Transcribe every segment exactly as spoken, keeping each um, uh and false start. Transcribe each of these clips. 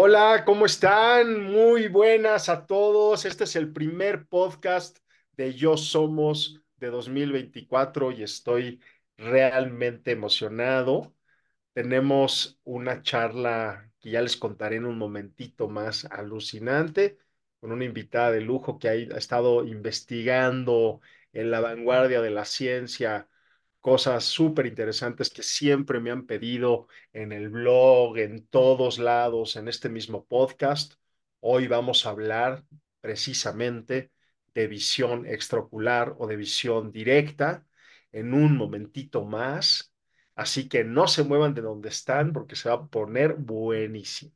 Hola, ¿cómo están? Muy buenas a todos. Este es el primer podcast de Yo Somos de dos mil veinticuatro y estoy realmente emocionado. Tenemos una charla que ya les contaré en un momentito más alucinante con una invitada de lujo que ha, ha estado investigando en la vanguardia de la ciencia cosas súper interesantes que siempre me han pedido en el blog, en todos lados, en este mismo podcast. Hoy vamos a hablar precisamente de visión extraocular o de visión directa en un momentito más. Así que no se muevan de donde están porque se va a poner buenísimo.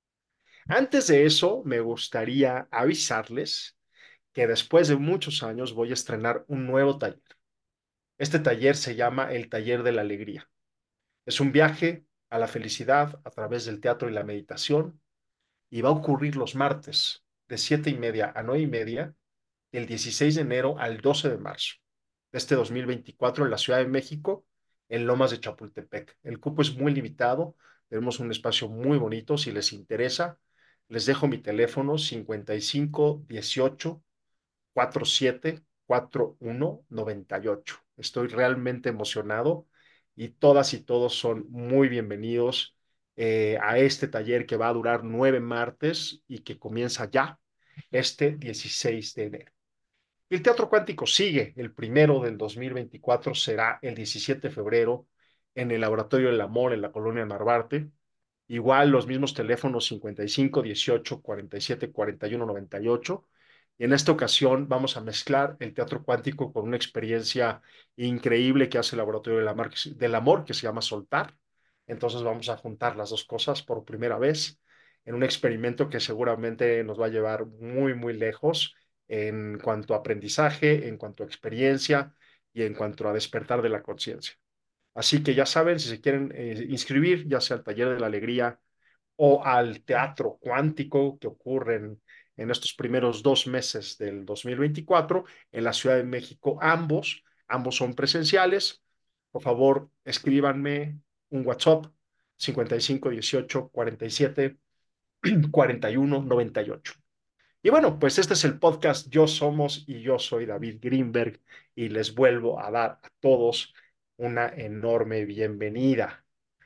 Antes de eso, me gustaría avisarles que después de muchos años voy a estrenar un nuevo taller. Este taller se llama el Taller de la Alegría. Es un viaje a la felicidad a través del teatro y la meditación y va a ocurrir los martes de siete y media a nueve y media, del dieciséis de enero al doce de marzo de este dos mil veinticuatro en la Ciudad de México, en Lomas de Chapultepec. El cupo es muy limitado, tenemos un espacio muy bonito. Si les interesa, les dejo mi teléfono cincuenta y cinco dieciocho cuarenta y siete cuarenta y uno noventa y ocho. Estoy realmente emocionado y todas y todos son muy bienvenidos eh, a este taller que va a durar nueve martes y que comienza ya este dieciséis de enero. Y el Teatro Cuántico sigue. El primero del dos mil veinticuatro será el diecisiete de febrero en el Laboratorio del Amor en la colonia Narvarte. Igual los mismos teléfonos cincuenta y cinco dieciocho cuarenta y siete cuarenta y uno noventa y ocho. Y en esta ocasión vamos a mezclar el teatro cuántico con una experiencia increíble que hace el Laboratorio del Amor, del Amor que se llama Soltar. Entonces vamos a juntar las dos cosas por primera vez en un experimento que seguramente nos va a llevar muy, muy lejos en cuanto a aprendizaje, en cuanto a experiencia y en cuanto a despertar de la conciencia. Así que ya saben, si se quieren eh, inscribir, ya sea al Taller de la Alegría o al Teatro Cuántico que ocurren en estos primeros dos meses del dos mil veinticuatro en la Ciudad de México, ambos, ambos son presenciales. Por favor, escríbanme un WhatsApp cincuenta y cinco dieciocho cuarenta y siete cuarenta y uno noventa y ocho. Y bueno, pues este es el podcast Yo Somos y yo soy David Greenberg y les vuelvo a dar a todos una enorme bienvenida.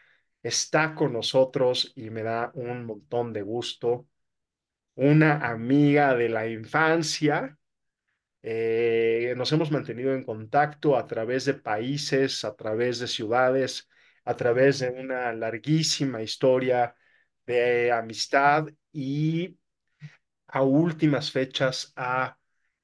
Está con nosotros y me da un montón de gusto una amiga de la infancia. Eh, nos hemos mantenido en contacto a través de países, a través de ciudades, a través de una larguísima historia de amistad y a últimas fechas ha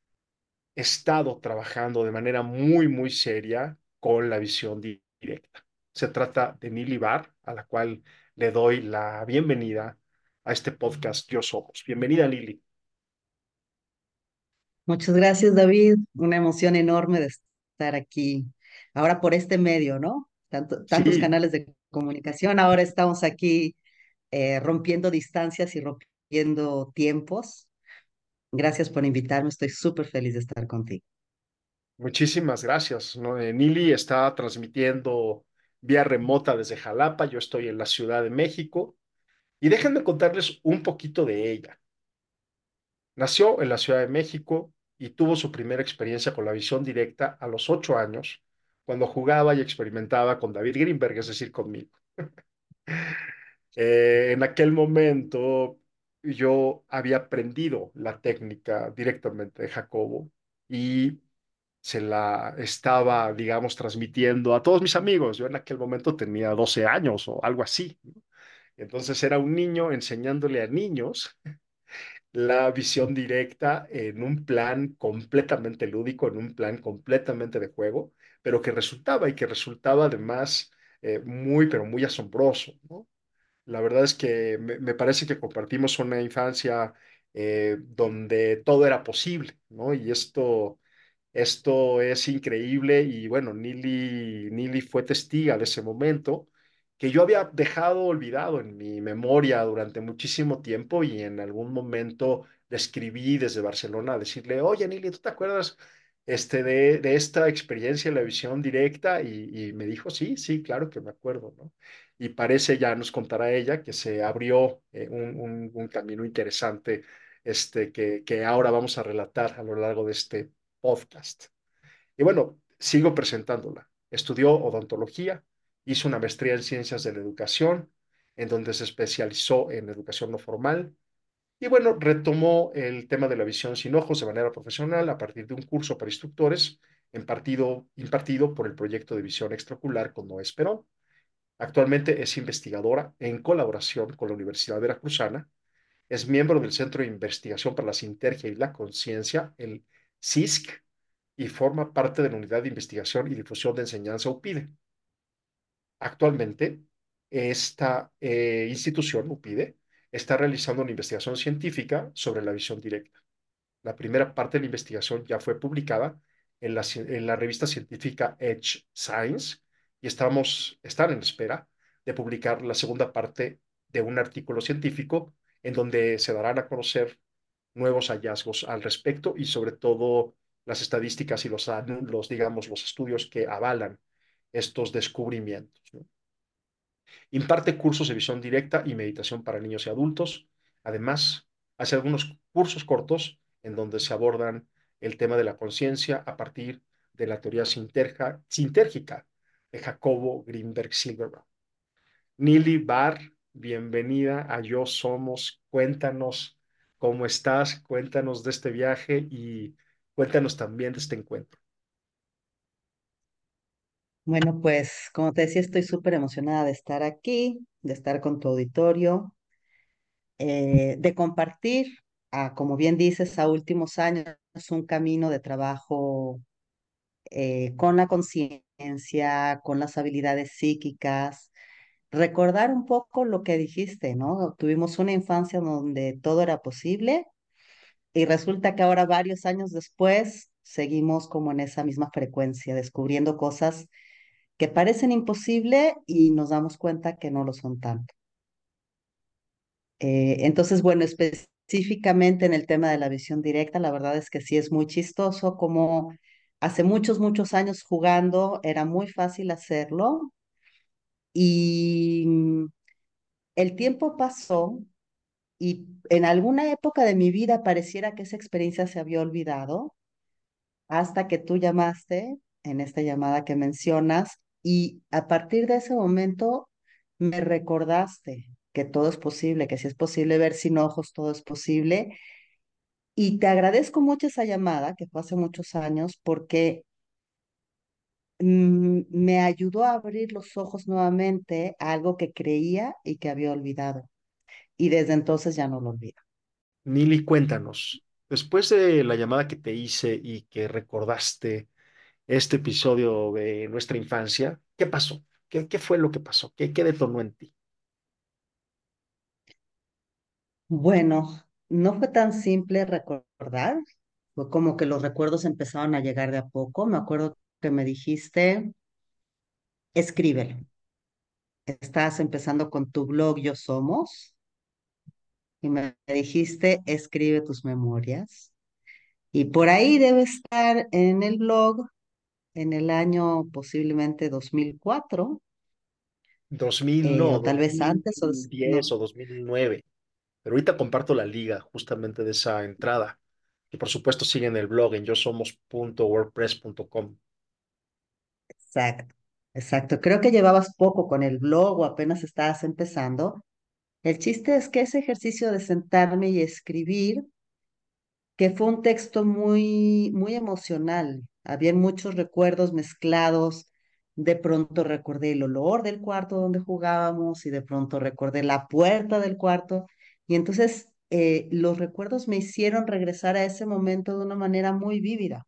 estado trabajando de manera muy, muy seria con la visión di- directa. Se trata de Nili Bar, a la cual le doy la bienvenida a este podcast Yo Somos. Bienvenida, Lili. Muchas gracias, David. Una emoción enorme de estar aquí. Ahora por este medio, ¿no? Tanto- tantos Sí, canales de comunicación. Ahora estamos aquí eh, rompiendo distancias y rompiendo tiempos. Gracias por invitarme. Estoy súper feliz de estar contigo. muchísimas gracias. ¿No? Eh, Nili está transmitiendo vía remota desde Jalapa, yo estoy en la Ciudad de México y déjenme contarles un poquito de ella. Nació en la Ciudad de México y tuvo su primera experiencia con la visión directa a los ocho años, cuando jugaba y experimentaba con David Greenberg, es decir, conmigo. Eh, en aquel momento yo había aprendido la técnica directamente de Jacobo y se la estaba, digamos, transmitiendo a todos mis amigos. Yo en aquel momento tenía doce años o algo así. Entonces era un niño enseñándole a niños la visión directa en un plan completamente lúdico, en un plan completamente de juego, pero que resultaba y que resultaba además eh, muy, pero muy asombroso, ¿no? La verdad es que me, me parece que compartimos una infancia eh, donde todo era posible, ¿no? Y esto esto es increíble y bueno, Nili, Nili fue testiga de ese momento que yo había dejado olvidado en mi memoria durante muchísimo tiempo y en algún momento le escribí desde Barcelona a decirle, oye Nili, ¿tú te acuerdas? este, de, de esta experiencia en la visión directa y, y me dijo, sí, sí, claro que me acuerdo, ¿no? Y parece, ya nos contará ella, que se abrió eh, un, un- un camino interesante este, que, que ahora vamos a relatar a lo largo de este podcast. Y bueno, sigo presentándola. Estudió odontología, hizo una maestría en ciencias de la educación, en donde se especializó en educación no formal y bueno, retomó el tema de la visión sin ojos de manera profesional a partir de un curso para instructores impartido, impartido por el proyecto de visión extraocular con Noé Esperón. Actualmente es investigadora en colaboración con la Universidad Veracruzana. Es miembro del Centro de Investigación para la Sintergia y la Conciencia, el C I S C, y forma parte de la Unidad de Investigación y Difusión de Enseñanza U P I D E. Actualmente, esta eh, institución, U P I D E, está realizando una investigación científica sobre la visión directa. La primera parte de la investigación ya fue publicada en la, en la revista científica Edge Science y estamos, están en espera de publicar la segunda parte de un artículo científico en donde se darán a conocer nuevos hallazgos al respecto y sobre todo las estadísticas y los, los digamos, los estudios que avalan estos descubrimientos, ¿no? Imparte cursos de visión directa y meditación para niños y adultos. Además, hace algunos cursos cortos en donde se abordan el tema de la conciencia a partir de la teoría sinterga, sintérgica de Jacobo Greenberg Silverberg. Nili Barr, bienvenida a Yo Somos. Cuéntanos cómo estás, cuéntanos de este viaje y cuéntanos también de este encuentro. Bueno, pues como te decía, estoy súper emocionada de estar aquí, de estar con tu auditorio, eh, de compartir, a, como bien dices, a últimos años un camino de trabajo eh, con la conciencia, con las habilidades psíquicas, recordar un poco lo que dijiste, ¿no? Tuvimos una infancia donde todo era posible y resulta que ahora, varios años después, seguimos como en esa misma frecuencia, descubriendo cosas que parecen imposible y nos damos cuenta que no lo son tanto. Eh, entonces, bueno, específicamente en el tema de la visión directa, la verdad es que sí es muy chistoso, como hace muchos, muchos años jugando era muy fácil hacerlo y mm, el tiempo pasó y en alguna época de mi vida pareciera que esa experiencia se había olvidado hasta que tú llamaste en esta llamada que mencionas y a partir de ese momento me recordaste que todo es posible, que si es posible ver sin ojos, todo es posible. Y te agradezco mucho esa llamada, que fue hace muchos años, porque mm, me ayudó a abrir los ojos nuevamente a algo que creía y que había olvidado. Y desde entonces ya no lo olvido. Nili, cuéntanos, después de la llamada que te hice y que recordaste este episodio de nuestra infancia, ¿qué pasó? ¿Qué, qué fue lo que pasó? ¿Qué, qué detonó en ti? Bueno, no fue tan simple recordar, fue como que los recuerdos empezaron a llegar de a poco. Me acuerdo que me dijiste, escríbelo. Estás empezando con tu blog Yo Somos y me dijiste, escribe tus memorias. Y por ahí debe estar en el blog en el año posiblemente dos mil cuatro, Dos mil eh, no, o tal dos vez mil antes, o des- diez no, o dos mil nueve. Pero ahorita comparto la liga justamente de esa entrada, que por supuesto sigue en el blog en yo somos punto wordpress punto com. exacto, exacto. Creo que llevabas poco con el blog o apenas estabas empezando. El chiste es que ese ejercicio de sentarme y escribir, que fue un texto muy, muy emocional, había muchos recuerdos mezclados. De pronto recordé el olor del cuarto donde jugábamos y de pronto recordé la puerta del cuarto. Y entonces eh, los recuerdos me hicieron regresar a ese momento de una manera muy vívida.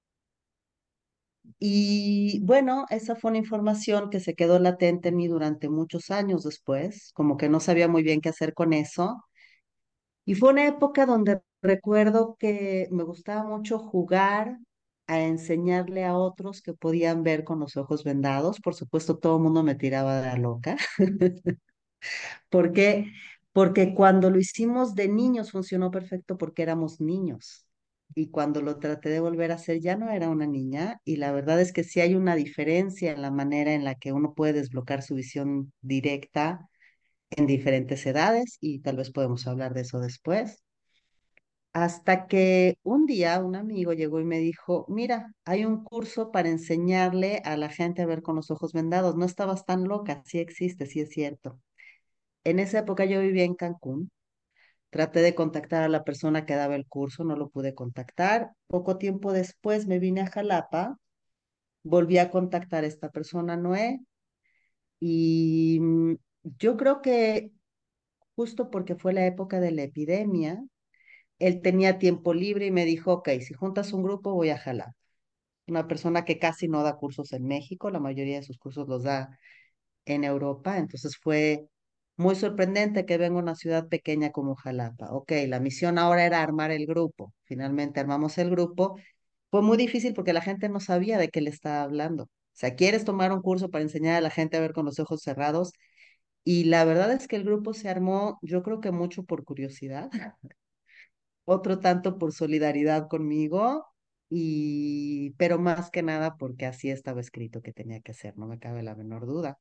Y bueno, esa fue una información que se quedó latente en mí durante muchos años después, como que no sabía muy bien qué hacer con eso. Y fue una época donde recuerdo que me gustaba mucho jugar a enseñarle a otros que podían ver con los ojos vendados. Por supuesto, todo el mundo me tiraba de la loca. ¿Por qué? Porque cuando lo hicimos de niños funcionó perfecto porque éramos niños. y cuando lo traté de volver a hacer ya no era una niña y la verdad es que sí hay una diferencia en la manera en la que uno puede desbloquear su visión directa en diferentes edades y tal vez podemos hablar de eso después. Hasta que un día un amigo llegó y me dijo, mira, hay un curso para enseñarle a la gente a ver con los ojos vendados. No estabas tan loca, sí existe, sí es cierto. En esa época yo vivía en Cancún. Traté de contactar a la persona que daba el curso, no lo pude contactar. Poco tiempo después me vine a Jalapa, volví a contactar a esta persona, Noé, y mm, yo creo que justo porque fue la época de la epidemia, él tenía tiempo libre y me dijo, ok, si juntas un grupo voy a Jalapa. Una persona que casi no da cursos en México, la mayoría de sus cursos los da en Europa, entonces fue muy sorprendente que venga a una ciudad pequeña como Jalapa. Ok, la misión ahora era armar el grupo. Finalmente armamos el grupo. Fue muy difícil porque la gente no sabía de qué le estaba hablando. O sea, ¿quieres tomar un curso para enseñar a la gente a ver con los ojos cerrados? Y la verdad es que el grupo se armó, yo creo que mucho por curiosidad, otro tanto por solidaridad conmigo, y pero más que nada porque así estaba escrito que tenía que ser, no me cabe la menor duda.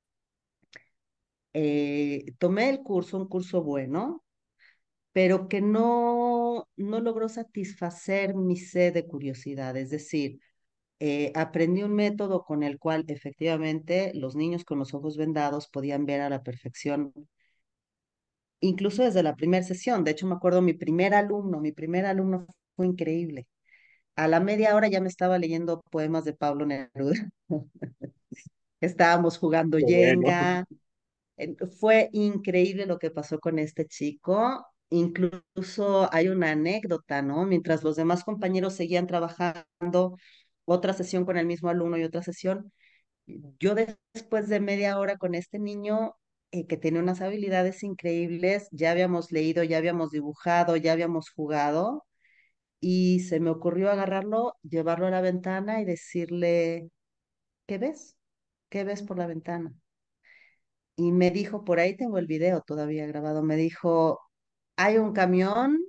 Eh, tomé el curso, un curso bueno, pero que no, no logró satisfacer mi sed de curiosidad. Es decir, eh, aprendí un método con el cual efectivamente los niños con los ojos vendados podían ver a la perfección, incluso desde la primera sesión. De hecho, me acuerdo mi primer alumno, mi primer alumno fue increíble. A la media hora ya me estaba leyendo poemas de Pablo Neruda. Estábamos jugando Qué bueno. Jenga. Eh, Fue increíble lo que pasó con este chico. Incluso hay una anécdota, ¿no? Mientras los demás compañeros seguían trabajando, otra sesión con el mismo alumno y otra sesión, yo de- después de media hora con este niño eh, que tiene unas habilidades increíbles, ya habíamos leído, ya habíamos dibujado, ya habíamos jugado y se me ocurrió agarrarlo, llevarlo a la ventana y decirle, ¿qué ves? ¿Qué ves por la ventana? Y me dijo, por ahí tengo el video todavía grabado, me dijo, hay un camión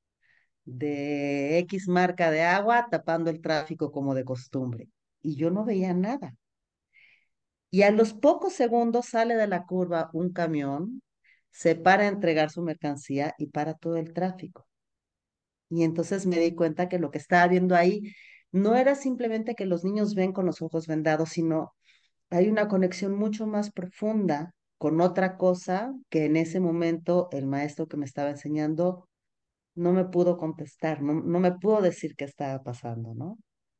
de X marca de agua tapando el tráfico como de costumbre. Y yo no veía nada. Y a los pocos segundos sale de la curva un camión, se para a entregar su mercancía y para todo el tráfico. Y entonces me di cuenta que lo que estaba viendo ahí no era simplemente que los niños ven con los ojos vendados, sino hay una conexión mucho más profunda con otra cosa que en ese momento el maestro que me estaba enseñando no me pudo contestar, no, no me pudo decir qué estaba pasando, ¿no?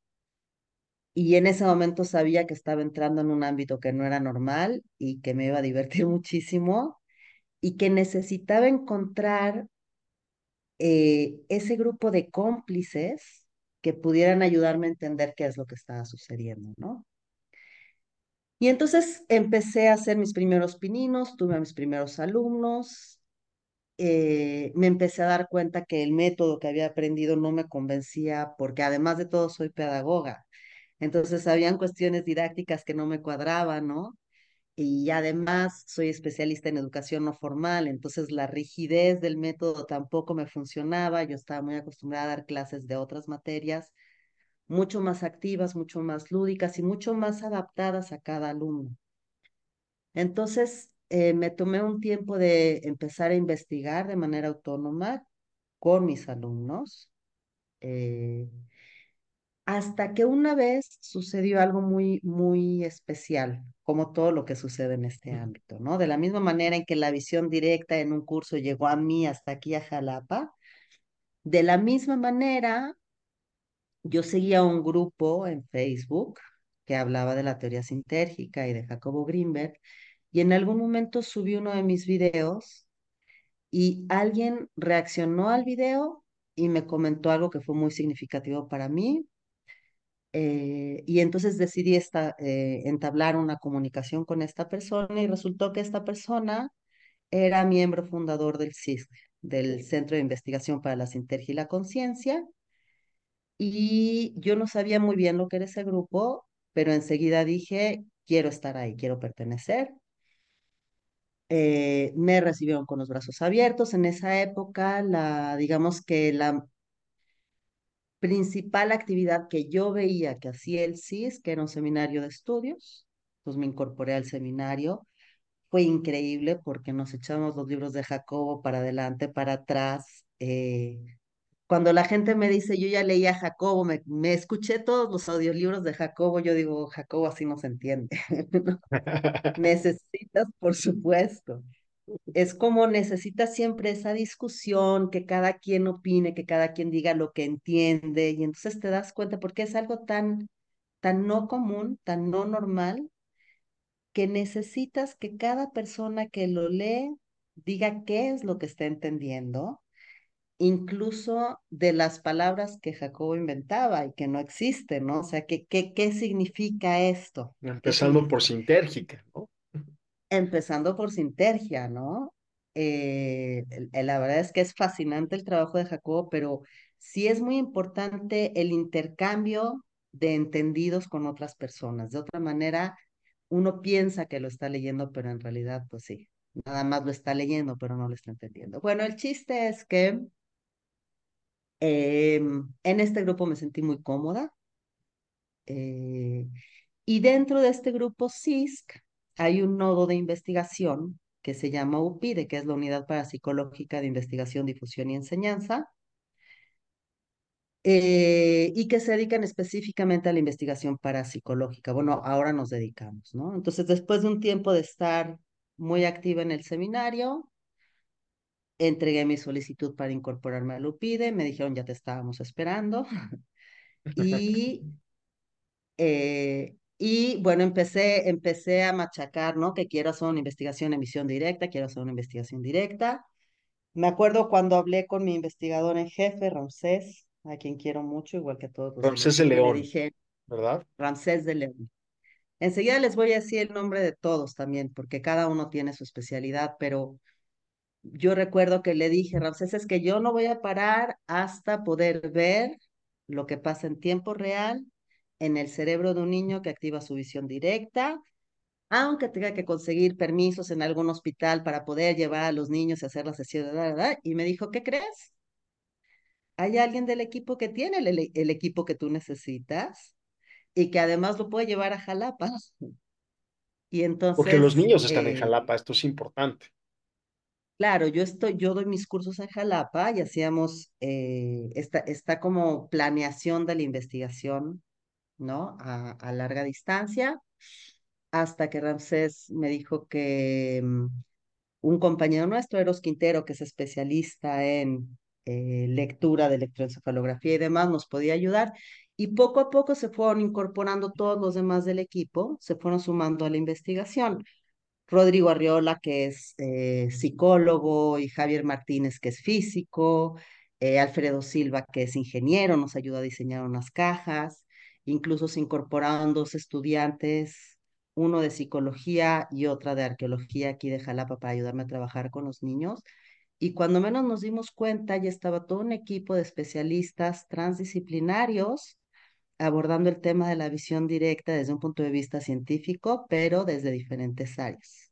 Y en ese momento sabía que estaba entrando en un ámbito que no era normal y que me iba a divertir muchísimo y que necesitaba encontrar eh, ese grupo de cómplices que pudieran ayudarme a entender qué es lo que estaba sucediendo, ¿no? Y entonces empecé a hacer mis primeros pininos, tuve a mis primeros alumnos, eh, me empecé a dar cuenta que el método que había aprendido no me convencía porque además de todo soy pedagoga. Entonces habían cuestiones didácticas que no me cuadraban, ¿no? Y además soy especialista en educación no formal, entonces la rigidez del método tampoco me funcionaba. Yo estaba muy acostumbrada a dar clases de otras materias, mucho más activas, mucho más lúdicas y mucho más adaptadas a cada alumno. Entonces, eh, me tomé un tiempo de empezar a investigar de manera autónoma con mis alumnos, eh, hasta que una vez sucedió algo muy, muy especial, como todo lo que sucede en este ámbito, ¿no? De la misma manera en que la visión directa en un curso llegó a mí hasta aquí a Jalapa, de la misma manera yo seguía un grupo en Facebook que hablaba de la teoría sintérgica y de Jacobo Greenberg, y en algún momento subí uno de mis videos y alguien reaccionó al video y me comentó algo que fue muy significativo para mí. Eh, y entonces decidí esta, eh, entablar una comunicación con esta persona y resultó que esta persona era miembro fundador del C I S C, del Centro de Investigación para la Sintergia y la Conciencia, y yo no sabía muy bien lo que era ese grupo, pero enseguida dije, quiero estar ahí, quiero pertenecer. Eh, me recibieron con los brazos abiertos. En esa época, la, digamos que la principal actividad que yo veía que hacía el C I S, que era un seminario de estudios, pues me incorporé al seminario. Fue increíble porque nos echamos los libros de Jacobo para adelante, para atrás. Eh, cuando la gente me dice, yo ya leía a Jacobo, me, me escuché todos los audiolibros de Jacobo, yo digo, Jacobo así no se entiende. Necesitas, por supuesto. Es como necesitas siempre esa discusión, que cada quien opine, que cada quien diga lo que entiende, y entonces te das cuenta porque es algo tan, tan no común, tan no normal, que necesitas que cada persona que lo lee diga qué es lo que está entendiendo, incluso de las palabras que Jacobo inventaba y que no existen, ¿no? O sea, ¿qué, qué, qué significa esto? ¿Qué Empezando por significa? sintérgica, ¿no? Empezando por Sintergia, ¿no? Eh, el- la verdad es que es fascinante el trabajo de Jacobo, pero sí es muy importante el intercambio de entendidos con otras personas. De otra manera, uno piensa que lo está leyendo, pero en realidad, pues sí, nada más lo está leyendo, pero no lo está entendiendo. Bueno, el chiste es que em, en este grupo me sentí muy cómoda. eh, y dentro de este grupo C I S C hay un nodo de investigación que se llama U P I D E, que es la Unidad Parapsicológica de Investigación, Difusión y Enseñanza, eh, y que se dedican específicamente a la investigación parapsicológica. Bueno, ahora nos dedicamos, ¿no? Entonces, después de un tiempo de estar muy activa en el seminario, entregué mi solicitud para incorporarme al U P I D E, me dijeron ya te estábamos esperando, y Eh, y bueno, empecé, empecé a machacar, ¿no? Que quiero hacer una investigación en emisión directa, quiero hacer una investigación directa. Me acuerdo cuando hablé con mi investigador en jefe, Ramsés, a quien quiero mucho, igual que a todos los del Ramsés de equipo, y le León, dije, ¿verdad? Ramsés de León. Enseguida les voy a decir el nombre de todos también, porque cada uno tiene su especialidad, pero yo recuerdo que le dije, Ramsés, es que yo no voy a parar hasta poder ver lo que pasa en tiempo real en el cerebro de un niño que activa su visión directa, aunque tenga que conseguir permisos en algún hospital para poder llevar a los niños a hacer la sesión de edad. Y me dijo, ¿qué crees? Hay alguien del equipo que tiene el, el equipo que tú necesitas y que además lo puede llevar a Jalapa. Y Porque los entonces, niños están en eh, Jalapa, esto es importante. claro, yo estoy, yo doy mis cursos en Jalapa y hacíamos eh, esta, esta como planeación de la investigación, ¿no? A, a larga distancia, hasta que Ramsés me dijo que mm, un compañero nuestro, Eros Quintero, que es especialista en eh, lectura de electroencefalografía y demás, nos podía ayudar. Y poco a poco se fueron incorporando todos los demás del equipo, se fueron sumando a la investigación. Rodrigo Arriola, que es eh, psicólogo, y Javier Martínez, que es físico, eh, Alfredo Silva, que es ingeniero, nos ayuda a diseñar unas cajas, incluso se incorporaron dos estudiantes, uno de psicología y otra de arqueología aquí de Jalapa para ayudarme a trabajar con los niños. Y cuando menos nos dimos cuenta, ya estaba todo un equipo de especialistas transdisciplinarios abordando el tema de la visión directa desde un punto de vista científico, pero desde diferentes áreas.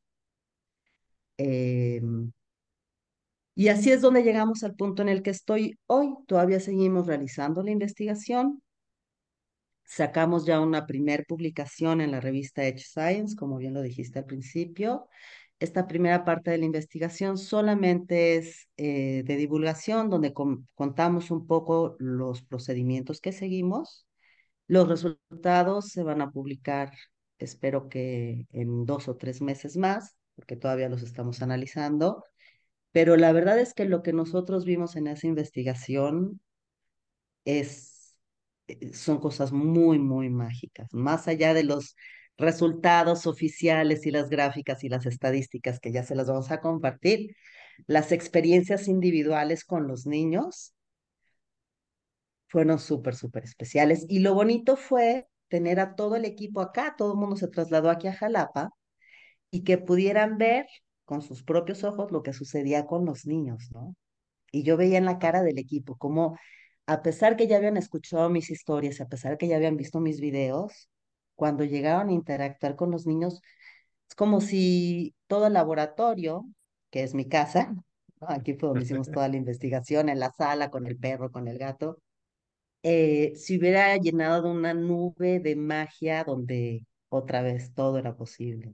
Eh, y así es donde llegamos al punto en el que estoy hoy. Todavía seguimos realizando la investigación. Sacamos ya una primer publicación en la revista Edge Science, como bien lo dijiste al principio. Esta primera parte de la investigación solamente es eh, de divulgación, donde com- contamos un poco los procedimientos que seguimos. Los resultados se van a publicar, espero que en dos o tres meses más, porque todavía los estamos analizando. Pero la verdad es que lo que nosotros vimos en esa investigación es, eh, son cosas muy, muy mágicas, más allá de los resultados oficiales y las gráficas y las estadísticas que ya se las vamos a compartir, las experiencias individuales con los niños fueron súper, súper especiales. Y lo bonito fue tener a todo el equipo acá, todo el mundo se trasladó aquí a Jalapa y que pudieran ver con sus propios ojos lo que sucedía con los niños, ¿no? Y yo veía en la cara del equipo como, a pesar que ya habían escuchado mis historias, a pesar que ya habían visto mis videos, cuando llegaron a interactuar con los niños, es como si todo el laboratorio, que es mi casa, ¿no? Aquí fue donde hicimos toda la investigación, en la sala, con el perro, con el gato, eh, se hubiera llenado de una nube de magia donde otra vez todo era posible.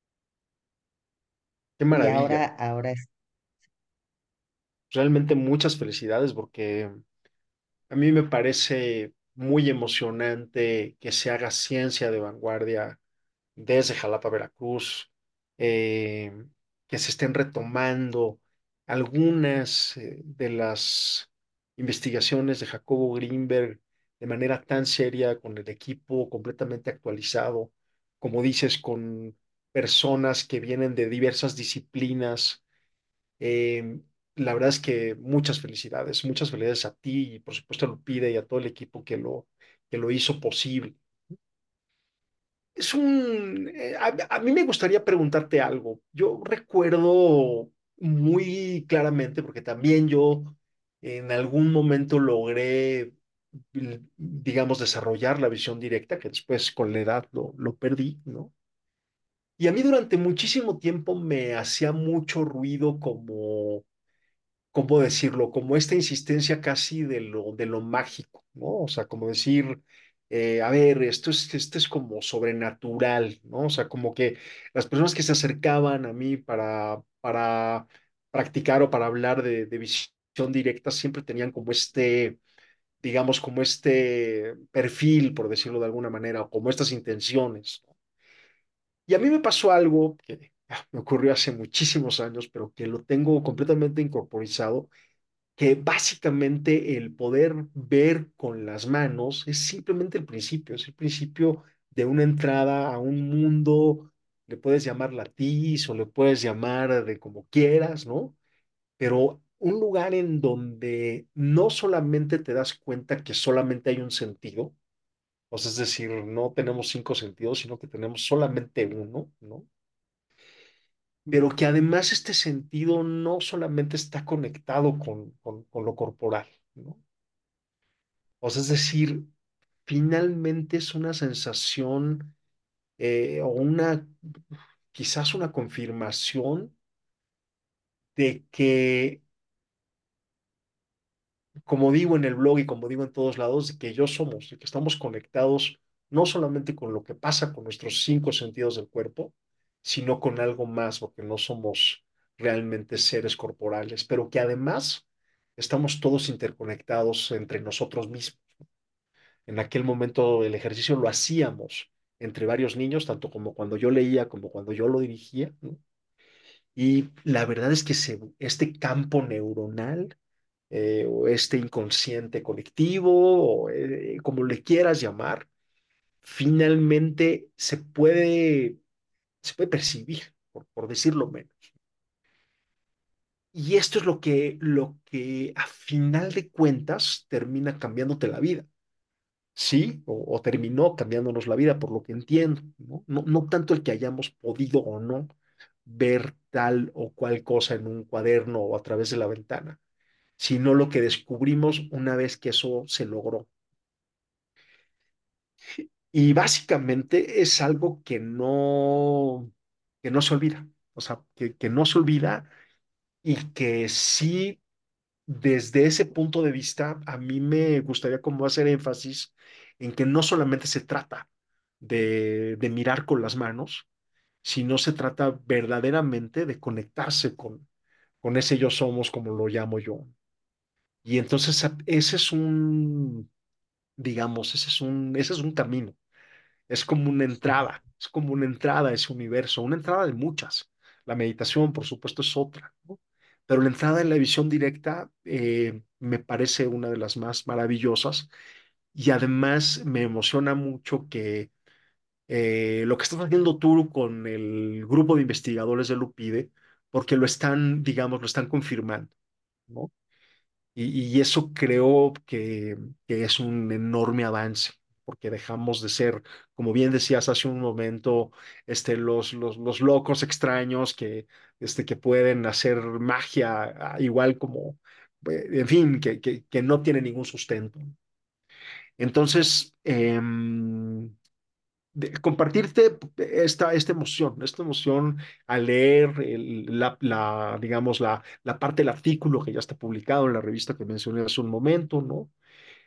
Qué Y ahora, maravilla. ahora es... Realmente muchas felicidades porque a mí me parece muy emocionante que se haga ciencia de vanguardia desde Jalapa, Veracruz, eh, que se estén retomando algunas eh, de las investigaciones de Jacobo Greenberg de manera tan seria, con el equipo completamente actualizado, como dices, con personas que vienen de diversas disciplinas. Eh, la verdad es que muchas felicidades, muchas felicidades a ti y por supuesto a Lupita y a todo el equipo que lo, que lo hizo posible. Es un... eh, a, a mí me gustaría preguntarte algo. Yo recuerdo muy claramente, porque también yo en algún momento logré, mm, digamos, desarrollar la visión directa, que después con la edad lo, lo perdí, ¿no? Y a mí durante muchísimo tiempo me hacía mucho ruido como ¿cómo decirlo? Como esta insistencia casi de lo, de lo mágico, ¿no? O sea, como decir, eh, a ver, esto es, esto es como sobrenatural, ¿no? O sea, como que las personas que se acercaban a mí para, para practicar o para hablar de, de visión directa siempre tenían como este, digamos, como este perfil, por decirlo de alguna manera, o como estas intenciones, ¿no? Y a mí me pasó algo que ah, me ocurrió hace muchísimos años, pero que lo tengo completamente incorporizado, que básicamente el poder ver con las manos es simplemente el principio, es el principio de una entrada a un mundo, le puedes llamar latiz o le puedes llamar de como quieras, ¿no? Pero un lugar en donde no solamente te das cuenta que solamente hay un sentido, o sea, es decir, no tenemos cinco sentidos, sino que tenemos solamente uno, ¿no? Pero que además este sentido no solamente está conectado con, con, con lo corporal, ¿no? O sea, es decir, finalmente es una sensación eh, o una, quizás una confirmación de que, como digo en el blog y como digo en todos lados, de que yo somos, de que estamos conectados no solamente con lo que pasa con nuestros cinco sentidos del cuerpo, sino con algo más, porque no somos realmente seres corporales, pero que además estamos todos interconectados entre nosotros mismos. En aquel momento el ejercicio lo hacíamos entre varios niños, tanto como cuando yo leía como cuando yo lo dirigía, ¿no? Y la verdad es que se- este campo neuronal eh, o este inconsciente colectivo, o eh, como le quieras llamar, finalmente se puede, se puede percibir, por, por decirlo menos. Y esto es lo que, lo que a final de cuentas termina cambiándote la vida. Sí, o, o terminó cambiándonos la vida, por lo que entiendo, ¿no? No, no tanto el que hayamos podido o no ver tal o cual cosa en un cuaderno o a través de la ventana, sino lo que descubrimos una vez que eso se logró. Y básicamente es algo que no, que no se olvida, o sea, que, que no se olvida y que sí, desde ese punto de vista, a mí me gustaría como hacer énfasis en que no solamente se trata de, de mirar con las manos, sino se trata verdaderamente de conectarse con, con ese yo somos, como lo llamo yo. Y entonces a- ese es un, digamos, ese es un, ese es un camino, es como una entrada, es como una entrada a ese universo, una entrada de muchas. La meditación, por supuesto, es otra, ¿no? Pero la entrada en la visión directa eh, me parece una de las más maravillosas y además me emociona mucho que eh, lo que estás haciendo tú con el grupo de investigadores de Lupide, porque lo están, digamos, lo están confirmando, ¿no? Y, y eso creo que, que es un enorme avance, porque dejamos de ser, como bien decías hace un momento, este, los, los, los locos extraños que, este, que pueden hacer magia, ah, igual como, eh, en fin, que, que, que no tiene ningún sustento. Entonces, em, de- compartirte esta, esta emoción, esta emoción al leer el- la, la, digamos, la, la parte del artículo que ya está publicado en la revista que mencioné hace un momento, ¿no?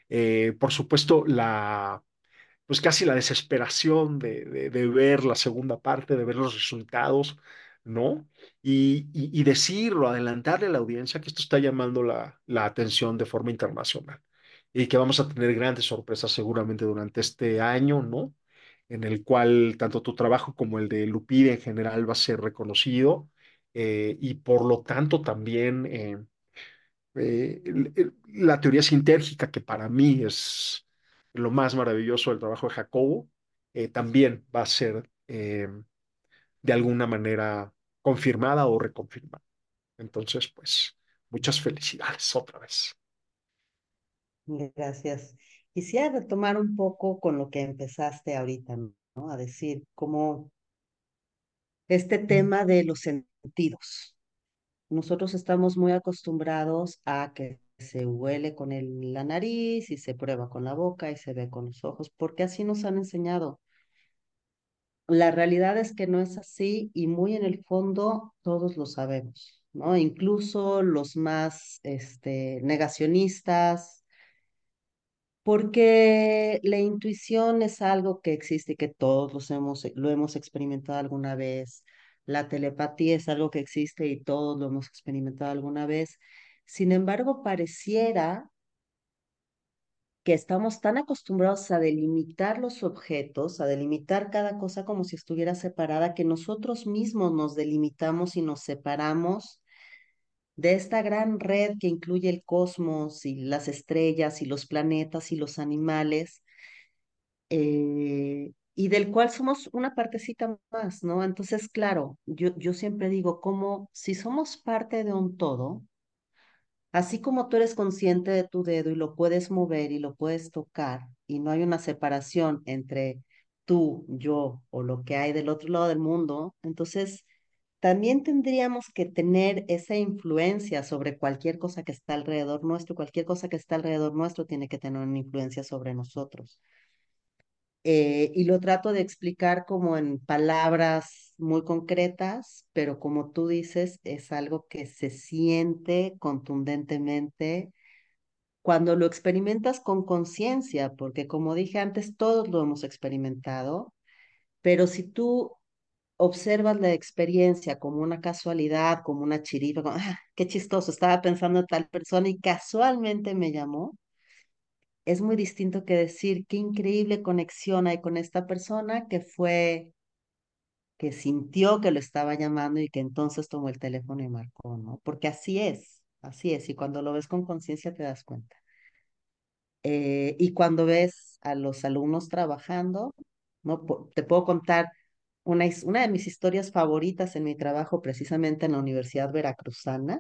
Eh, por supuesto, la, pues casi la desesperación de, de, de ver la segunda parte, de ver los resultados, ¿no? Y, y, y decirlo, adelantarle a la audiencia que esto está llamando la, la atención de forma internacional y que vamos a tener grandes sorpresas seguramente durante este año, ¿no? En el cual tanto tu trabajo como el de Lupita en general va a ser reconocido, eh, y por lo tanto también eh, eh, el- el- la teoría sintérgica, que para mí es lo más maravilloso del trabajo de Jacobo, eh, también va a ser eh, de alguna manera confirmada o reconfirmada. Entonces, pues, muchas felicidades otra vez. Gracias. Quisiera retomar un poco con lo que empezaste ahorita, ¿no? A decir, cómo este tema de los sentidos. Nosotros estamos muy acostumbrados a que se huele con el- la nariz y se prueba con la boca y se ve con los ojos, porque así nos han enseñado. La realidad es que no es así y muy en el fondo todos lo sabemos, ¿no? Incluso los más este, negacionistas, porque la intuición es algo que existe y que todos los hemos, lo hemos experimentado alguna vez. La telepatía es algo que existe y todos lo hemos experimentado alguna vez. Sin embargo, pareciera que estamos tan acostumbrados a delimitar los objetos, a delimitar cada cosa como si estuviera separada, que nosotros mismos nos delimitamos y nos separamos de esta gran red que incluye el cosmos y las estrellas y los planetas y los animales, eh, y del cual somos una partecita más, ¿no? Entonces, claro, yo, yo siempre digo, como si somos parte de un todo, así como tú eres consciente de tu dedo y lo puedes mover y lo puedes tocar y no hay una separación entre tú, yo o lo que hay del otro lado del mundo, entonces también tendríamos que tener esa influencia sobre cualquier cosa que está alrededor nuestro, cualquier cosa que está alrededor nuestro tiene que tener una influencia sobre nosotros. Eh, y lo trato de explicar como en palabras muy concretas, pero como tú dices, es algo que se siente contundentemente cuando lo experimentas con conciencia, porque como dije antes, todos lo hemos experimentado, pero si tú observas la experiencia como una casualidad, como una chiripa, como, ah, qué chistoso, estaba pensando en tal persona y casualmente me llamó, es muy distinto que decir qué increíble conexión hay con esta persona que fue, que sintió que lo estaba llamando y que entonces tomó el teléfono y marcó, ¿no? Porque así es, así es, y cuando lo ves con conciencia te das cuenta. Eh, y cuando ves a los alumnos trabajando, ¿no? Po- Te puedo contar una, his- una de mis historias favoritas en mi trabajo, precisamente en la Universidad Veracruzana.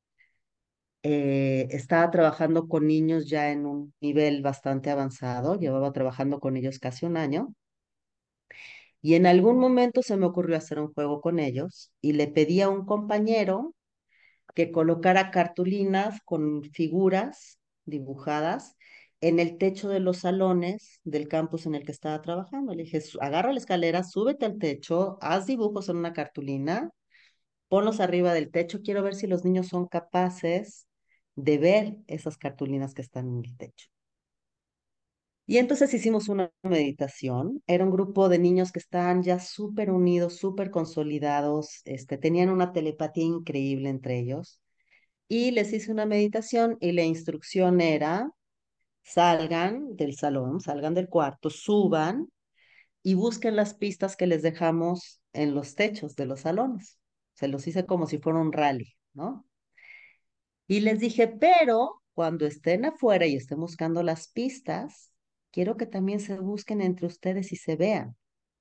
Eh, estaba trabajando con niños ya en un nivel bastante avanzado, llevaba trabajando con ellos casi un año, y en algún momento se me ocurrió hacer un juego con ellos y le pedí a un compañero que colocara cartulinas con figuras dibujadas en el techo de los salones del campus en el que estaba trabajando. Le dije, "Su- agarra la escalera, súbete al techo, haz dibujos en una cartulina, ponlos arriba del techo. Quiero ver si los niños son capaces de ver esas cartulinas que están en el techo". Y entonces hicimos una meditación. Era un grupo de niños que estaban ya súper unidos, súper consolidados, este, tenían una telepatía increíble entre ellos. Y les hice una meditación y la instrucción era, salgan del salón, salgan del cuarto, suban y busquen las pistas que les dejamos en los techos de los salones. Se los hice como si fuera un rally, ¿no? Y les dije, pero cuando estén afuera y estén buscando las pistas, quiero que también se busquen entre ustedes y se vean.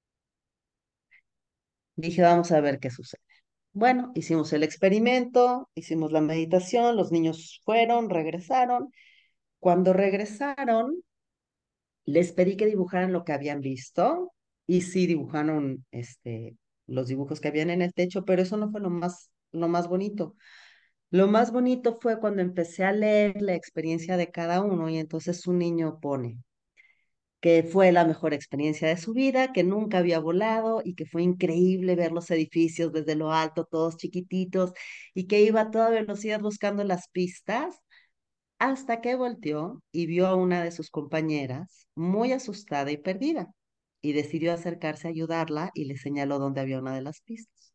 Dije, vamos a ver qué sucede. Bueno, hicimos el experimento, hicimos la meditación, los niños fueron, regresaron. Cuando regresaron, les pedí que dibujaran lo que habían visto y sí dibujaron este, los dibujos que habían en el techo, pero eso no fue lo más, lo más bonito. Lo más bonito fue cuando empecé a leer la experiencia de cada uno y entonces un niño pone que fue la mejor experiencia de su vida, que nunca había volado y que fue increíble ver los edificios desde lo alto, todos chiquititos, y que iba a toda velocidad buscando las pistas. hasta que volteó y vio a una de sus compañeras muy asustada y perdida, y decidió acercarse a ayudarla y le señaló dónde había una de las pistas.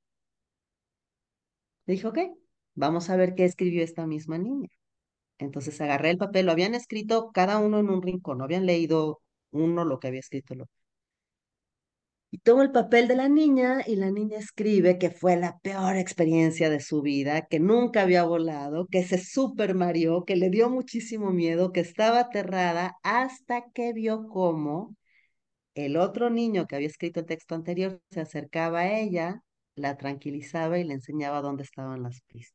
Le dijo, ok, vamos a ver qué escribió esta misma niña. Entonces agarré el papel, lo habían escrito cada uno en un rincón, no habían leído uno lo que había escrito el otro. Y tomo el papel de la niña y la niña escribe que fue la peor experiencia de su vida, que nunca había volado, que se super mareó, que le dio muchísimo miedo, que estaba aterrada hasta que vio cómo el otro niño que había escrito el texto anterior se acercaba a ella, la tranquilizaba y le enseñaba dónde estaban las pistas.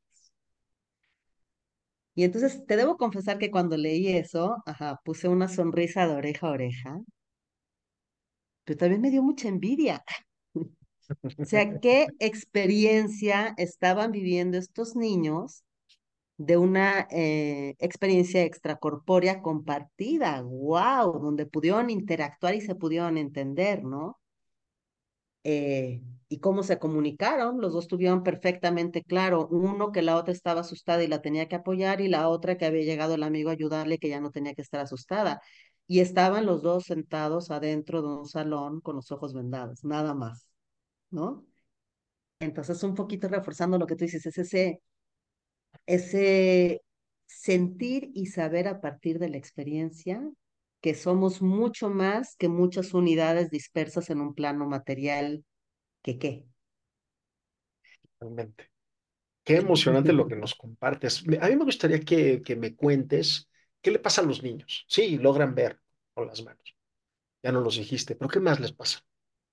Y entonces te debo confesar que cuando leí eso, ajá, puse una sonrisa de oreja a oreja, pero también me dio mucha envidia. O sea, ¿qué experiencia estaban viviendo estos niños de una eh, experiencia extracorpórea compartida? ¡Wow! Donde pudieron interactuar y se pudieron entender, ¿no? Eh, y cómo se comunicaron, los dos tuvieron perfectamente claro, uno que la otra estaba asustada y la tenía que apoyar y la otra que había llegado el amigo a ayudarle que ya no tenía que estar asustada. Y estaban los dos sentados adentro de un salón con los ojos vendados, nada más, ¿no? Entonces, un poquito reforzando lo que tú dices, es ese, ese sentir y saber a partir de la experiencia que somos mucho más que muchas unidades dispersas en un plano material que qué. Realmente. Qué emocionante lo que nos compartes. Me- A mí me gustaría que, que me cuentes qué le pasa a los niños. Sí, logran ver con las manos. Ya no los dijiste, pero ¿qué más les pasa?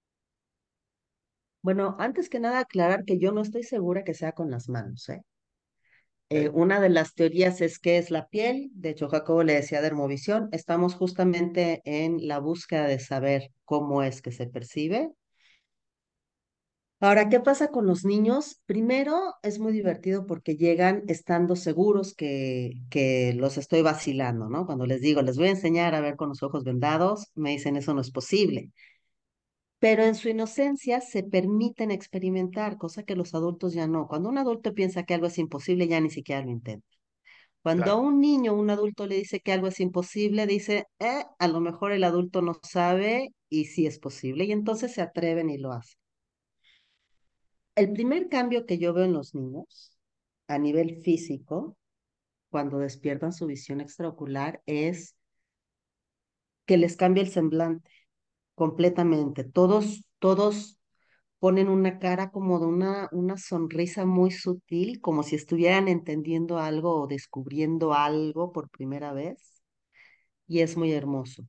Bueno, antes que nada aclarar que yo no estoy segura que sea con las manos, ¿eh? Eh, ¿Ok? una de las teorías es que es la piel, de hecho Jacobo le decía dermovisión, estamos justamente en la búsqueda de saber cómo es que se percibe. Ahora, ¿qué pasa con los niños? Primero, es muy divertido porque llegan estando seguros que, que los estoy vacilando, ¿no? Cuando les digo, les voy a enseñar a ver con los ojos vendados, me dicen, eso no es posible. Pero en su inocencia se permiten experimentar, cosa que los adultos ya no. Cuando un adulto piensa que algo es imposible, ya ni siquiera lo intenta. Cuando a Claro, un niño, un adulto le dice que algo es imposible, dice, eh, a lo mejor el adulto no sabe y sí es posible, y entonces se atreven y lo hacen. El primer cambio que yo veo en los niños a nivel físico, cuando despiertan su visión extraocular, es que les cambia el semblante completamente. Todos, todos ponen una cara como de una, una sonrisa muy sutil, como si estuvieran entendiendo algo o descubriendo algo por primera vez, y es muy hermoso.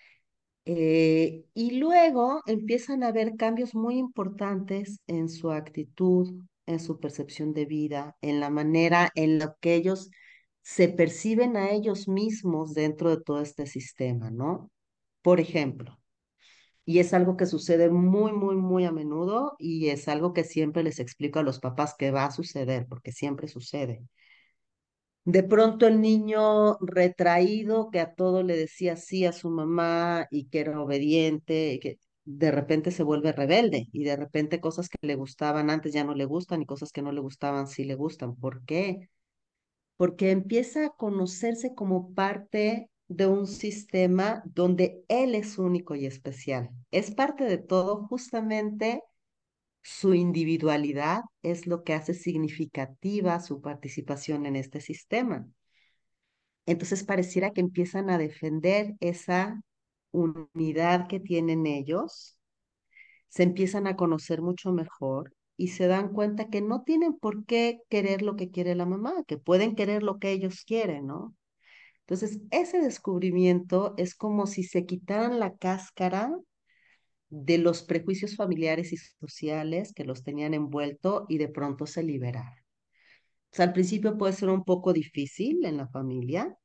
Eh, y luego empiezan a haber cambios muy importantes en su actitud, en su percepción de vida, en la manera en la que ellos se perciben a ellos mismos dentro de todo este sistema, ¿no? Por ejemplo, y es algo que sucede muy, muy, muy a menudo y es algo que siempre les explico a los papás que va a suceder, porque siempre sucede. De pronto el niño retraído que a todo le decía sí a su mamá y que era obediente, y que de repente se vuelve rebelde y de repente cosas que le gustaban antes ya no le gustan y cosas que no le gustaban sí le gustan. ¿Por qué? Porque empieza a conocerse como parte de un sistema donde él es único y especial. Es parte de todo, justamente su individualidad es lo que hace significativa su participación en este sistema. Entonces pareciera que empiezan a defender esa unidad que tienen ellos, se empiezan a conocer mucho mejor y se dan cuenta que no tienen por qué querer lo que quiere la mamá, que pueden querer lo que ellos quieren, ¿no? Entonces, ese descubrimiento es como si se quitaran la cáscara de los prejuicios familiares y sociales que los tenían envuelto y de pronto se liberaran. O sea, al principio puede ser un poco difícil en la familia,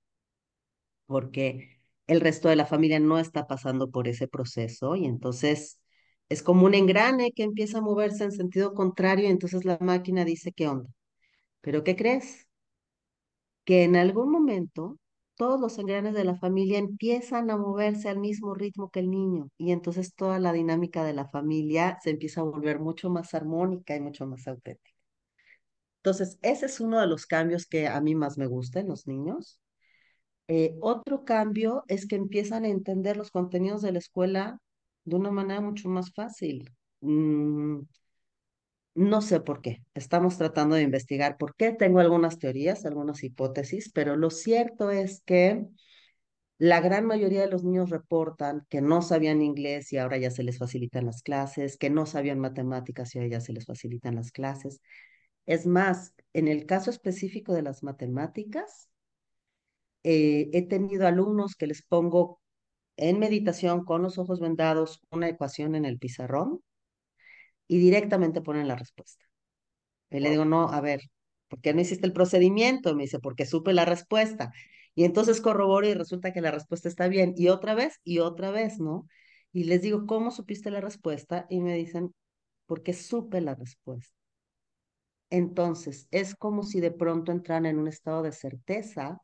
porque el resto de la familia no está pasando por ese proceso y entonces es como un engrane que empieza a moverse en sentido contrario y entonces la máquina dice, ¿qué onda? ¿Pero qué crees? Que en algún momento todos los engranes de la familia empiezan a moverse al mismo ritmo que el niño y entonces toda la dinámica de la familia se empieza a volver mucho más armónica y mucho más auténtica. Entonces, ese es uno de los cambios que a mí más me gusta en los niños. Eh, otro cambio es que empiezan a entender los contenidos de la escuela de una manera mucho más fácil. Mm, no sé por qué. Estamos tratando de investigar por qué. Tengo algunas teorías, algunas hipótesis, pero lo cierto es que la gran mayoría de los niños reportan que no sabían inglés y ahora ya se les facilitan las clases, que no sabían matemáticas y ahora ya se les facilitan las clases. Es más, en el caso específico de las matemáticas, eh, he tenido alumnos que les pongo en meditación con los ojos vendados una ecuación en el pizarrón y directamente ponen la respuesta. Y le Wow. digo, no, a ver, ¿por qué no hiciste el procedimiento? Me dice, porque supe la respuesta. Y entonces corroboro y resulta que la respuesta está bien. Y otra vez, y otra vez, ¿no? Y les digo, ¿cómo supiste la respuesta? Y me dicen, porque supe la respuesta. Entonces, es como si de pronto entraran en un estado de certeza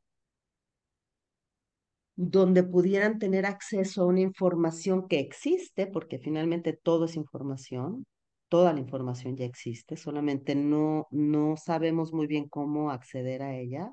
donde pudieran tener acceso a una información que existe, porque finalmente todo es información, toda la información ya existe, solamente no, no sabemos muy bien cómo acceder a ella.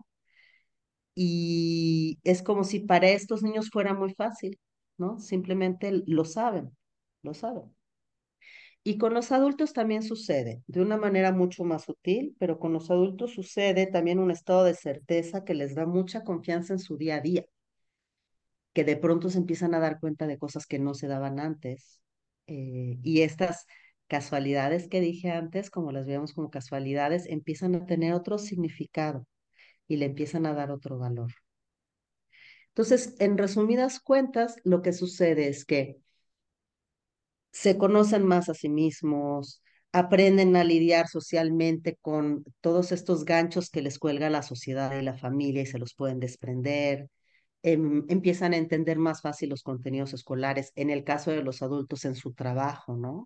Y es como si para estos niños fuera muy fácil, ¿no? Simplemente lo saben, lo saben. Y con los adultos también sucede, de una manera mucho más sutil, pero con los adultos sucede también un estado de certeza que les da mucha confianza en su día a día, que de pronto se empiezan a dar cuenta de cosas que no se daban antes. Eh, y estas casualidades que dije antes, como las veamos como casualidades, empiezan a tener otro significado y le empiezan a dar otro valor. Entonces, en resumidas cuentas, lo que sucede es que se conocen más a sí mismos, aprenden a lidiar socialmente con todos estos ganchos que les cuelga la sociedad y la familia y se los pueden desprender, em, empiezan a entender más fácil los contenidos escolares, en el caso de los adultos en su trabajo, ¿no?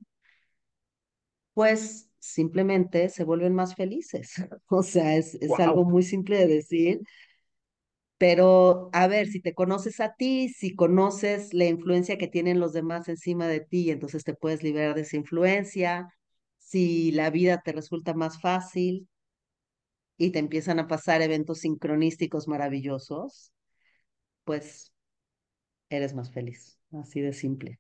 Pues simplemente se vuelven más felices. O sea, es, es algo Wow. muy simple de decir, pero a ver, si te conoces a ti, si conoces la influencia que tienen los demás encima de ti, entonces te puedes liberar de esa influencia. Si la vida te resulta más fácil y te empiezan a pasar eventos sincronísticos maravillosos, pues eres más feliz. Así de simple.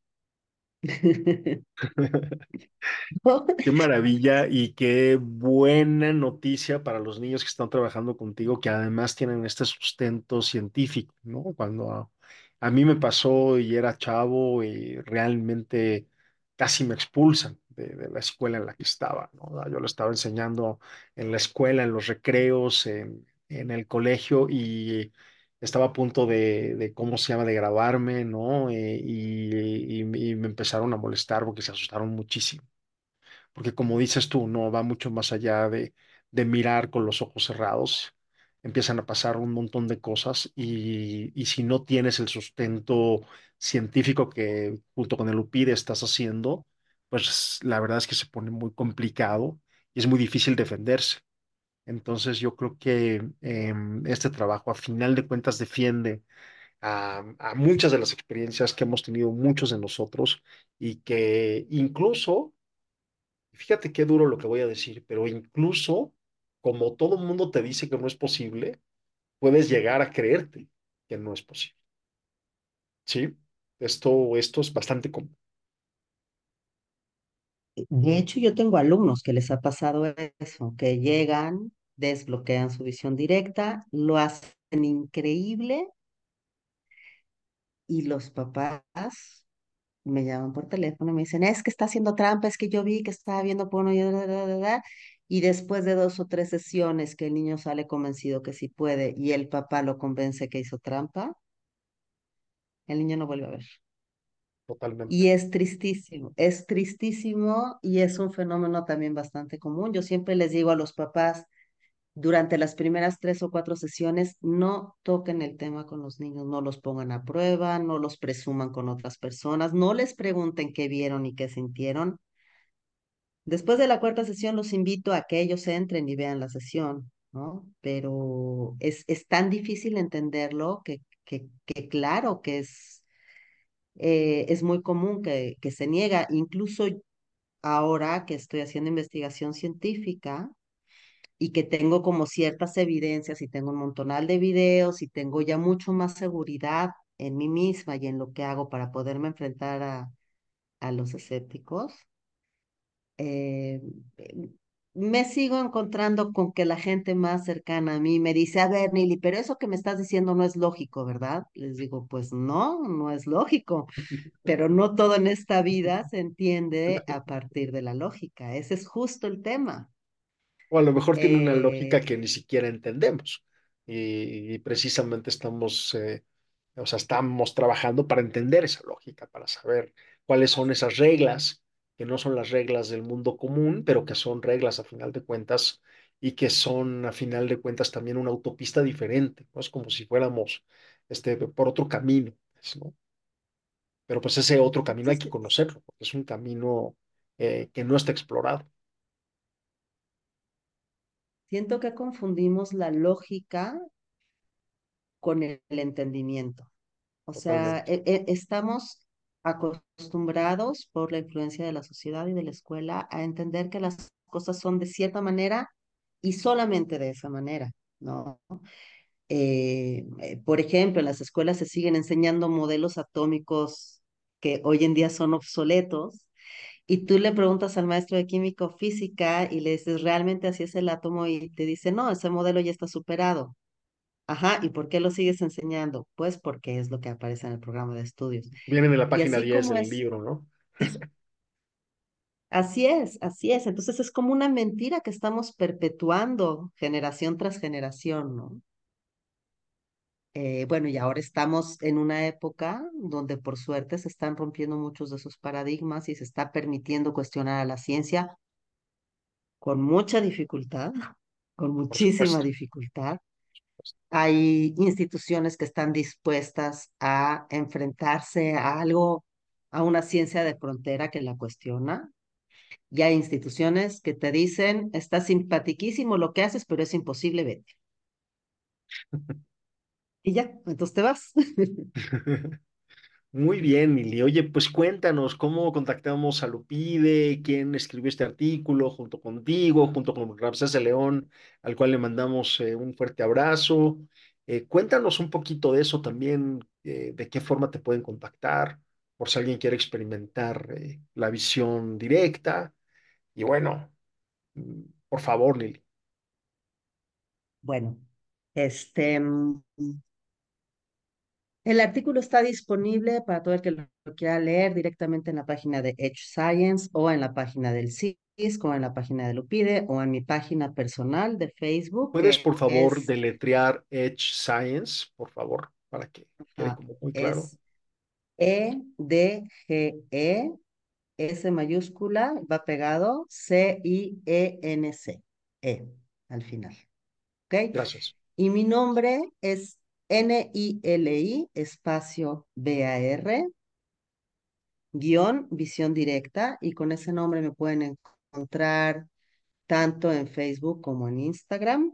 Qué maravilla y qué buena noticia para los niños que están trabajando contigo, que además tienen este sustento científico, ¿no? Cuando a, a mí me pasó y era chavo y realmente casi me expulsan de, de la escuela en la que estaba, ¿no? Yo lo estaba enseñando en la escuela, en los recreos, en, en el colegio y estaba a punto de, de ¿cómo se llama?, de graduarme, ¿no? Eh, y, y y me empezaron a molestar porque se asustaron muchísimo porque como dices tú, no va mucho más allá de, de mirar con los ojos cerrados. Empiezan a pasar un montón de cosas y, y si no tienes el sustento científico que junto con el U P I D estás haciendo, pues la verdad es que se pone muy complicado y es muy difícil defenderse. Entonces yo creo que em, este trabajo a final de cuentas defiende a, a muchas de las experiencias que hemos tenido muchos de nosotros y que incluso fíjate qué duro lo que voy a decir, pero incluso como todo el mundo te dice que no es posible, puedes llegar a creerte que no es posible. ¿Sí? Esto, esto es bastante común. De hecho, yo tengo alumnos que les ha pasado eso, que llegan, desbloquean su visión directa, lo hacen increíble y los papás me llaman por teléfono y me dicen, es que está haciendo trampa, es que yo vi que estaba viendo porno y da, da, da, da, da". Y después de dos o tres sesiones que el niño sale convencido que sí puede y el papá lo convence que hizo trampa, el niño no vuelve a ver. Totalmente. Y es tristísimo, es tristísimo y es un fenómeno también bastante común. Yo siempre les digo a los papás, durante las primeras tres o cuatro sesiones, no toquen el tema con los niños, no los pongan a prueba, no los presuman con otras personas, no les pregunten qué vieron y qué sintieron. Después de la cuarta sesión, los invito a que ellos entren y vean la sesión, ¿no? Pero es, es tan difícil entenderlo que, que, que claro que es, eh, es muy común que, que se niega. Incluso ahora que estoy haciendo investigación científica, y que tengo como ciertas evidencias y tengo un montonal de videos y tengo ya mucho más seguridad en mí misma y en lo que hago para poderme enfrentar a, a los escépticos, eh, eh, me sigo encontrando con que la gente más cercana a mí me dice, a ver, Nili, pero eso que me estás diciendo no es lógico, ¿verdad? Les digo, pues no, no es lógico, pero no todo en esta vida se entiende a partir de la lógica. Ese es justo el tema. O a lo mejor tiene una lógica Eh, que ni siquiera entendemos. Y, y precisamente estamos, eh, o sea, estamos trabajando para entender esa lógica, para saber cuáles son esas reglas, que no son las reglas del mundo común, pero que son reglas a final de cuentas y que son a final de cuentas también una autopista diferente, ¿no? Es como si fuéramos este, por otro camino, pues, ¿no? Pero pues ese otro camino hay que entonces, conocerlo, porque es un camino eh, que no está explorado siento que confundimos la lógica con el entendimiento. O sea, totalmente. e- e- estamos acostumbrados por la influencia de la sociedad y de la escuela a entender que las cosas son de cierta manera y solamente de esa manera, ¿no? Eh, eh, por ejemplo, en las escuelas se siguen enseñando modelos atómicos que hoy en día son obsoletos y tú le preguntas al maestro de química o física y le dices, ¿realmente así es el átomo? Y te dice, no, ese modelo ya está superado. Ajá, ¿y por qué lo sigues enseñando? Pues porque es lo que aparece en el programa de estudios. Vienen en la Y página así diez como del es, libro, ¿no? así es, así es. Entonces es como una mentira que estamos perpetuando generación tras generación, ¿no? Eh, bueno, y ahora estamos en una época donde por suerte se están rompiendo muchos de esos paradigmas y se está permitiendo cuestionar a la ciencia con mucha dificultad, con Por muchísima supuesto. dificultad. Hay instituciones que están dispuestas a enfrentarse a algo, a una ciencia de frontera que la cuestiona. Y hay instituciones que te dicen, está simpatiquísimo lo que haces, pero es imposible, vete. Y ya, entonces te vas. Muy bien, Mili. Oye, pues cuéntanos cómo contactamos a Lupide, quién escribió este artículo junto contigo, junto con Ramsés de León, al cual le mandamos eh, un fuerte abrazo. Eh, cuéntanos un poquito de eso también, eh, de qué forma te pueden contactar, por si alguien quiere experimentar eh, la visión directa. Y bueno, mm, por favor, Lili. Bueno, este, mm, el artículo está disponible para todo el que lo lo quiera leer directamente en la página de Edge Science o en la página del C I S C o en la página de Lupide o en mi página personal de Facebook, ¿Puedes, que por favor, es, deletrear Edge Science, por favor, para que quede ah, como muy claro? es E D G E, S mayúscula, va pegado, C I E N C, E al final. ¿Ok? Gracias. Y mi nombre es N I L I, espacio B A R, guión visión directa, y con ese nombre me pueden encontrar tanto en Facebook como en Instagram.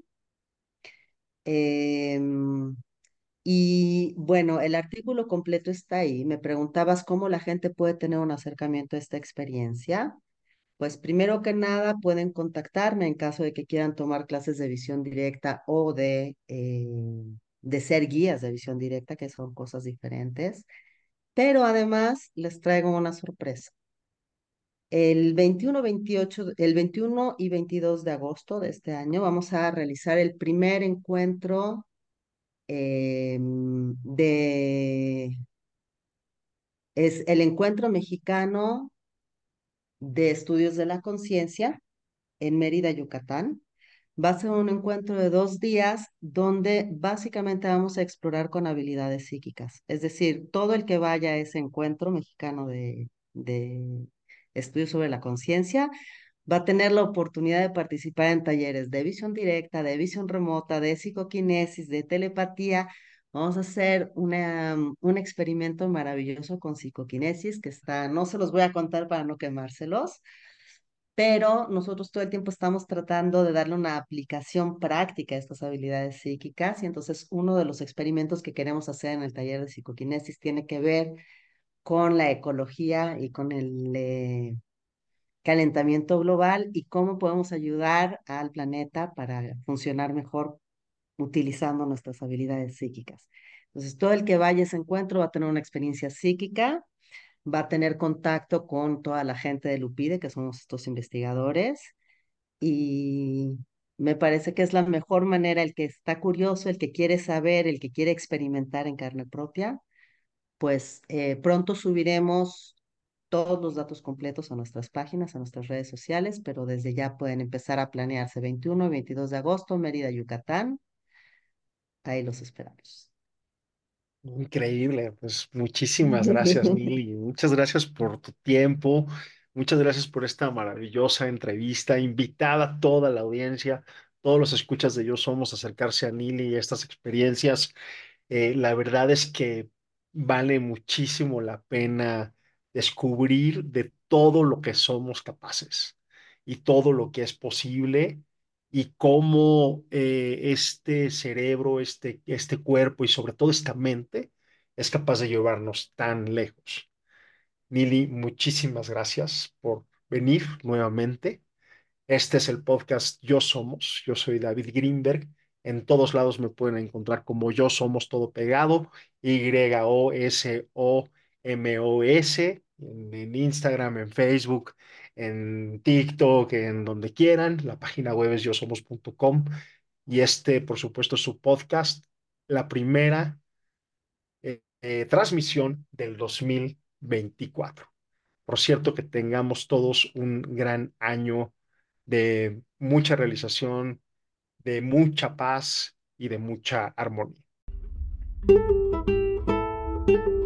Em, y bueno, el artículo completo está ahí. Me preguntabas cómo la gente puede tener un acercamiento a esta experiencia. Pues primero que nada pueden contactarme en caso de que quieran tomar clases de visión directa o de, eh, de ser guías de visión directa, que son cosas diferentes. Pero además les traigo una sorpresa. El veintiuno, veintiocho, el veintiuno y veintidós de agosto de este año vamos a realizar el primer encuentro eh, de, es el encuentro mexicano de estudios de la conciencia en Mérida, Yucatán. Va a ser un encuentro de dos días donde básicamente vamos a explorar con habilidades psíquicas. Es decir, todo el que vaya a ese encuentro mexicano de, de estudios sobre la conciencia va a tener la oportunidad de participar en talleres de visión directa, de visión remota, de psicoquinesis, de telepatía. Vamos a hacer una, un experimento maravilloso con psicoquinesis que está, no se los voy a contar para no quemárselos, pero nosotros todo el tiempo estamos tratando de darle una aplicación práctica a estas habilidades psíquicas y entonces uno de los experimentos que queremos hacer en el taller de psicoquinesis tiene que ver con la ecología y con el, eh, calentamiento global y cómo podemos ayudar al planeta para funcionar mejor utilizando nuestras habilidades psíquicas. Entonces, todo el que vaya a ese encuentro va a tener una experiencia psíquica, va a tener contacto con toda la gente de Lupide, que somos estos investigadores, y me parece que es la mejor manera, el que está curioso, el que quiere saber, el que quiere experimentar en carne propia, pues eh, pronto subiremos todos los datos completos a nuestras páginas, a nuestras redes sociales, pero desde ya pueden empezar a planearse veintiuno y veintidós de agosto, Mérida, Yucatán. Ahí los esperamos. Increíble, pues muchísimas gracias, Mili. Muchas gracias por tu tiempo. Muchas gracias por esta maravillosa entrevista. Invitada a toda la audiencia, todos los escuchas de Yo Somos, a acercarse a Nili y estas experiencias. Eh, la verdad es que vale muchísimo la pena descubrir de todo lo que somos capaces y todo lo que es posible y cómo eh, este cerebro, este, este cuerpo y sobre todo esta mente es capaz de llevarnos tan lejos. Nili, muchísimas gracias por venir nuevamente. Este es el podcast Yo Somos. Yo soy David Greenberg. En todos lados me pueden encontrar como Yo Somos todo pegado, Y O S O M O S, en, en Instagram, en Facebook, en TikTok, en donde quieran. La página web es yo somos punto com y este, por supuesto, es su podcast, la primera eh, eh, transmisión del dos mil veinticuatro. Por cierto, que tengamos todos un gran año de mucha realización, de mucha paz y de mucha armonía.